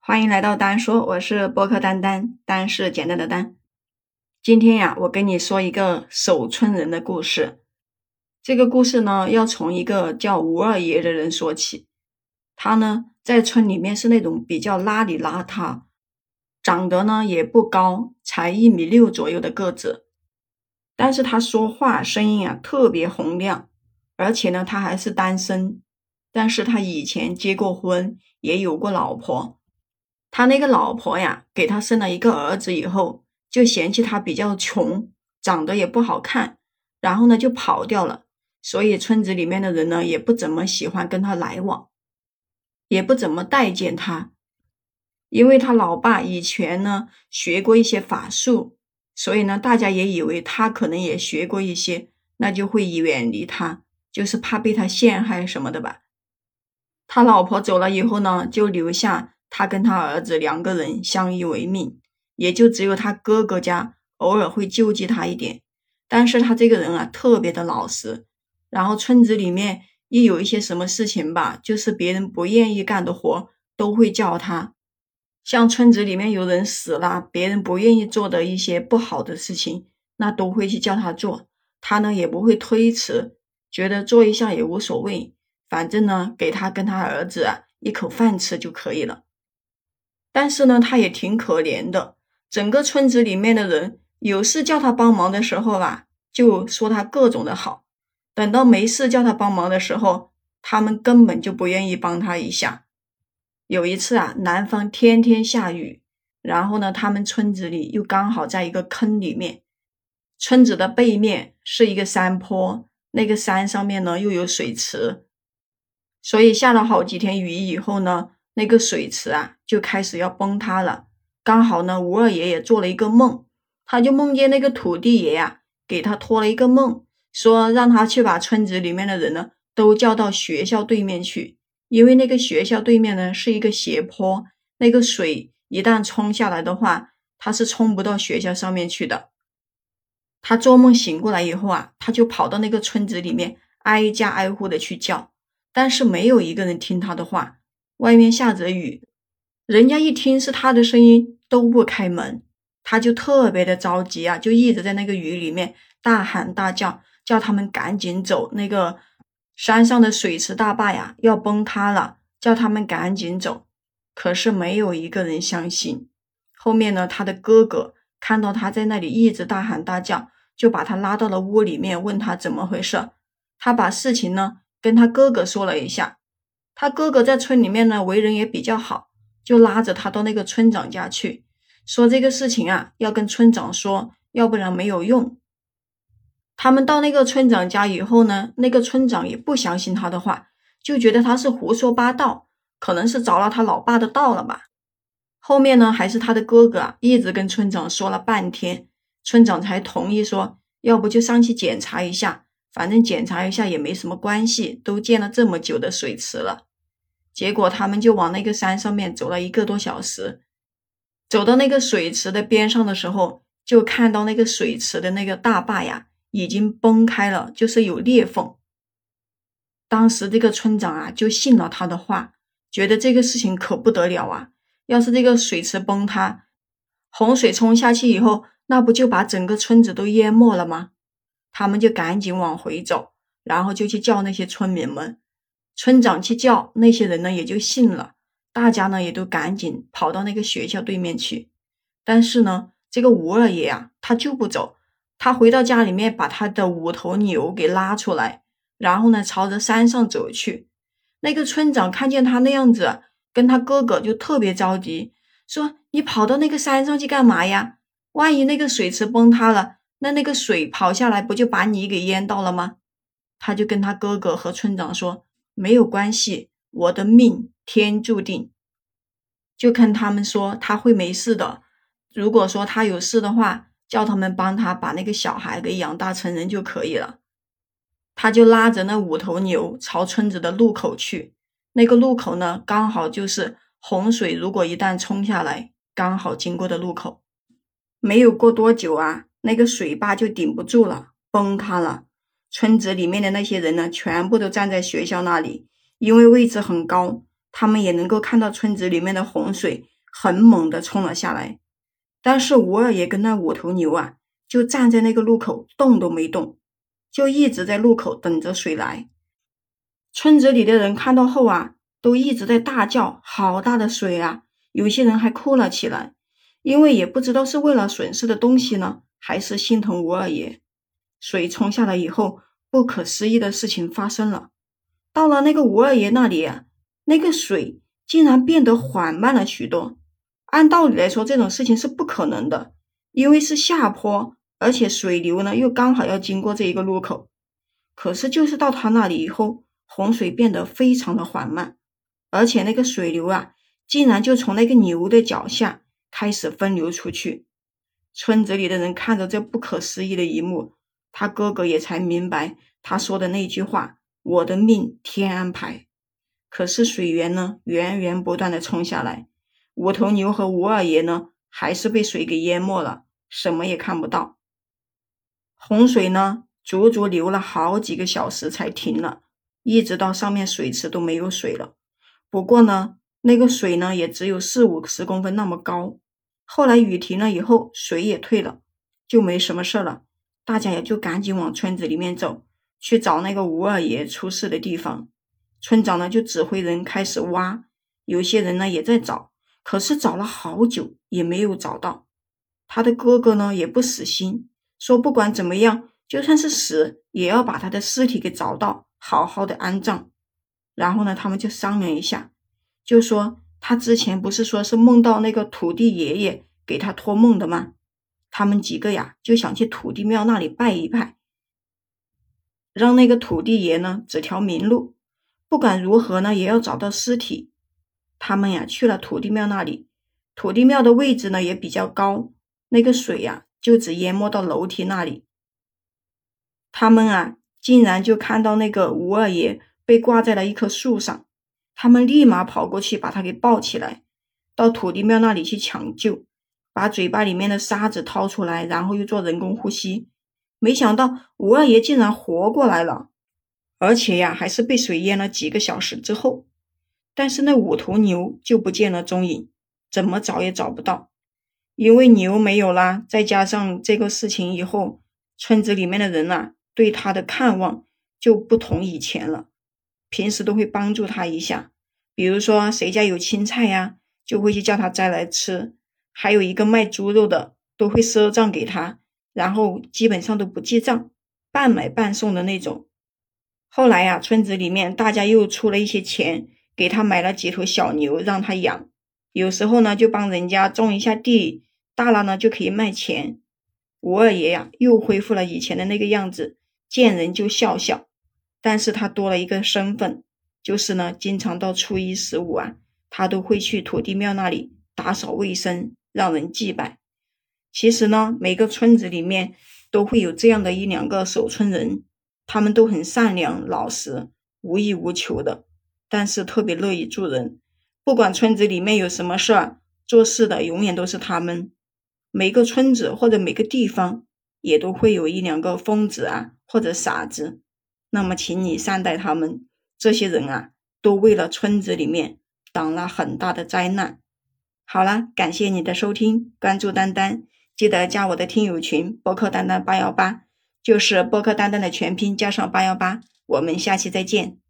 欢迎来到丹说，我是播客丹丹，丹是简单的丹。今天呀，我跟你说一个守村人的故事。这个故事呢，要从一个叫吴二爷的人说起。他呢，在村里面是那种比较邋里邋遢，长得呢也不高，才1.6米左右的个子。但是他说话声音啊特别洪亮，而且呢他还是单身，但是他以前结过婚，也有过老婆。他那个老婆呀，给他生了一个儿子以后，就嫌弃他比较穷，长得也不好看，然后呢就跑掉了。所以村子里面的人呢，也不怎么喜欢跟他来往，也不怎么待见他。因为他老爸以前呢学过一些法术，所以呢大家也以为他可能也学过一些，那就会远离他，就是怕被他陷害什么的吧。他老婆走了以后呢，就留下他跟他儿子2个人相依为命，也就只有他哥哥家偶尔会救济他一点。但是他这个人啊特别的老实，然后村子里面一有一些什么事情吧，就是别人不愿意干的活都会叫他。像村子里面有人死了，别人不愿意做的一些不好的事情，那都会去叫他做。他呢也不会推辞，觉得做一下也无所谓，反正呢给他跟他儿子啊一口饭吃就可以了。但是呢他也挺可怜的，整个村子里面的人有事叫他帮忙的时候吧，就说他各种的好，等到没事叫他帮忙的时候，他们根本就不愿意帮他一下。有一次啊，南方天天下雨，然后呢他们村子里又刚好在一个坑里面，村子的背面是一个山坡，那个山上面呢又有水池，所以下了好几天雨以后呢，那个水池啊就开始要崩塌了。刚好呢吴二爷也做了一个梦，他就梦见那个土地爷啊给他托了一个梦，说让他去把村子里面的人呢都叫到学校对面去，因为那个学校对面呢是一个斜坡，那个水一旦冲下来的话，它是冲不到学校上面去的。他做梦醒过来以后啊，他就跑到那个村子里面挨家挨户的去叫，但是没有一个人听他的话。外面下着雨，人家一听是他的声音都不开门，他就特别的着急啊，就一直在那个雨里面大喊大叫，叫他们赶紧走，那个山上的水池大坝呀要崩塌了，叫他们赶紧走。可是没有一个人相信。后面呢，他的哥哥看到他在那里一直大喊大叫，就把他拉到了屋里面，问他怎么回事。他把事情呢跟他哥哥说了一下，他哥哥在村里面呢为人也比较好，就拉着他到那个村长家去，说这个事情啊要跟村长说，要不然没有用。他们到那个村长家以后呢，那个村长也不相信他的话，就觉得他是胡说八道，可能是着了他老爸的道了吧。后面呢还是他的哥哥啊一直跟村长说了半天，村长才同意说要不就上去检查一下，反正检查一下也没什么关系，都建了这么久的水池了。结果他们就往那个山上面走了1个多小时，走到那个水池的边上的时候，就看到那个水池的那个大坝呀已经崩开了，就是有裂缝。当时这个村长啊就信了他的话，觉得这个事情可不得了啊，要是这个水池崩塌，洪水冲下去以后，那不就把整个村子都淹没了吗？他们就赶紧往回走，然后就去叫那些村民们。村长去叫，那些人呢也就信了，大家呢也都赶紧跑到那个学校对面去。但是呢这个吴二爷啊他就不走，他回到家里面把他的5头牛给拉出来，然后呢朝着山上走去。那个村长看见他那样子，跟他哥哥就特别着急，说你跑到那个山上去干嘛呀？万一那个水池崩塌了，那个水跑下来不就把你给淹到了吗？他就跟他哥哥和村长说，没有关系，我的命天注定，就跟他们说他会没事的，如果说他有事的话，叫他们帮他把那个小孩给养大成人就可以了。他就拉着那5头牛朝村子的路口去，那个路口呢刚好就是洪水如果一旦冲下来刚好经过的路口。没有过多久啊，那个水坝就顶不住了，崩塌了。村子里面的那些人呢全部都站在学校那里，因为位置很高，他们也能够看到村子里面的洪水很猛地冲了下来。但是吴二爷跟那5头牛啊，就站在那个路口动都没动，就一直在路口等着水来。村子里的人看到后啊，都一直在大叫，好大的水啊！有些人还哭了起来，因为也不知道是为了损失的东西呢，还是心疼吴二爷。水冲下来以后，不可思议的事情发生了。到了那个吴二爷那里啊，那个水竟然变得缓慢了许多。按道理来说，这种事情是不可能的，因为是下坡，而且水流呢又刚好要经过这一个路口。可是就是到他那里以后，洪水变得非常的缓慢，而且那个水流啊，竟然就从那个牛的脚下开始分流出去。村子里的人看着这不可思议的一幕，他哥哥也才明白他说的那句话，我的命天安排。可是水源呢，源源不断的冲下来，5头牛和吴二爷呢，还是被水给淹没了，什么也看不到。洪水呢，足足流了好几个小时才停了，一直到上面水池都没有水了。不过呢，那个水呢，也只有40-50公分那么高。后来雨停了以后，水也退了，就没什么事了。大家也就赶紧往村子里面走，去找那个吴二爷出事的地方。村长呢，就指挥人开始挖，有些人呢也在找，可是找了好久也没有找到。他的哥哥呢也不死心，说不管怎么样，就算是死也要把他的尸体给找到，好好的安葬。然后呢，他们就商量一下，就说他之前不是说是梦到那个土地爷爷给他托梦的吗？他们几个呀就想去土地庙那里拜一拜，让那个土地爷呢指条明路，不管如何呢也要找到尸体。他们呀去了土地庙那里，土地庙的位置呢也比较高，那个水呀就只淹没到楼梯那里。他们啊竟然就看到那个吴二爷被挂在了一棵树上，他们立马跑过去把他给抱起来，到土地庙那里去抢救，把嘴巴里面的沙子掏出来，然后又做人工呼吸。没想到吴二爷竟然活过来了，而且呀还是被水淹了几个小时之后。但是那5头牛就不见了踪影，怎么找也找不到。因为牛没有啦，再加上这个事情以后，村子里面的人啊对他的看望就不同以前了，平时都会帮助他一下，比如说谁家有青菜呀，就会去叫他摘来吃，还有一个卖猪肉的都会赊账给他，然后基本上都不记账，半买半送的那种。后来呀，村子里面大家又出了一些钱，给他买了几头小牛让他养，有时候呢就帮人家种一下地，大了呢就可以卖钱。吴二爷呀又恢复了以前的那个样子，见人就笑笑。但是他多了一个身份，就是呢经常到初一十五啊，他都会去土地庙那里打扫卫生，让人祭拜。其实呢每个村子里面都会有这样的1-2个守村人，他们都很善良老实，无欲无求的，但是特别乐意助人。不管村子里面有什么事儿，做事的永远都是他们。每个村子或者每个地方也都会有1-2个疯子啊或者傻子，那么请你善待他们，这些人啊都为了村子里面挡了很大的灾难。好了，感谢你的收听，关注丹丹，记得加我的听友群播客丹丹818，就是播客丹丹的全拼加上818，我们下期再见。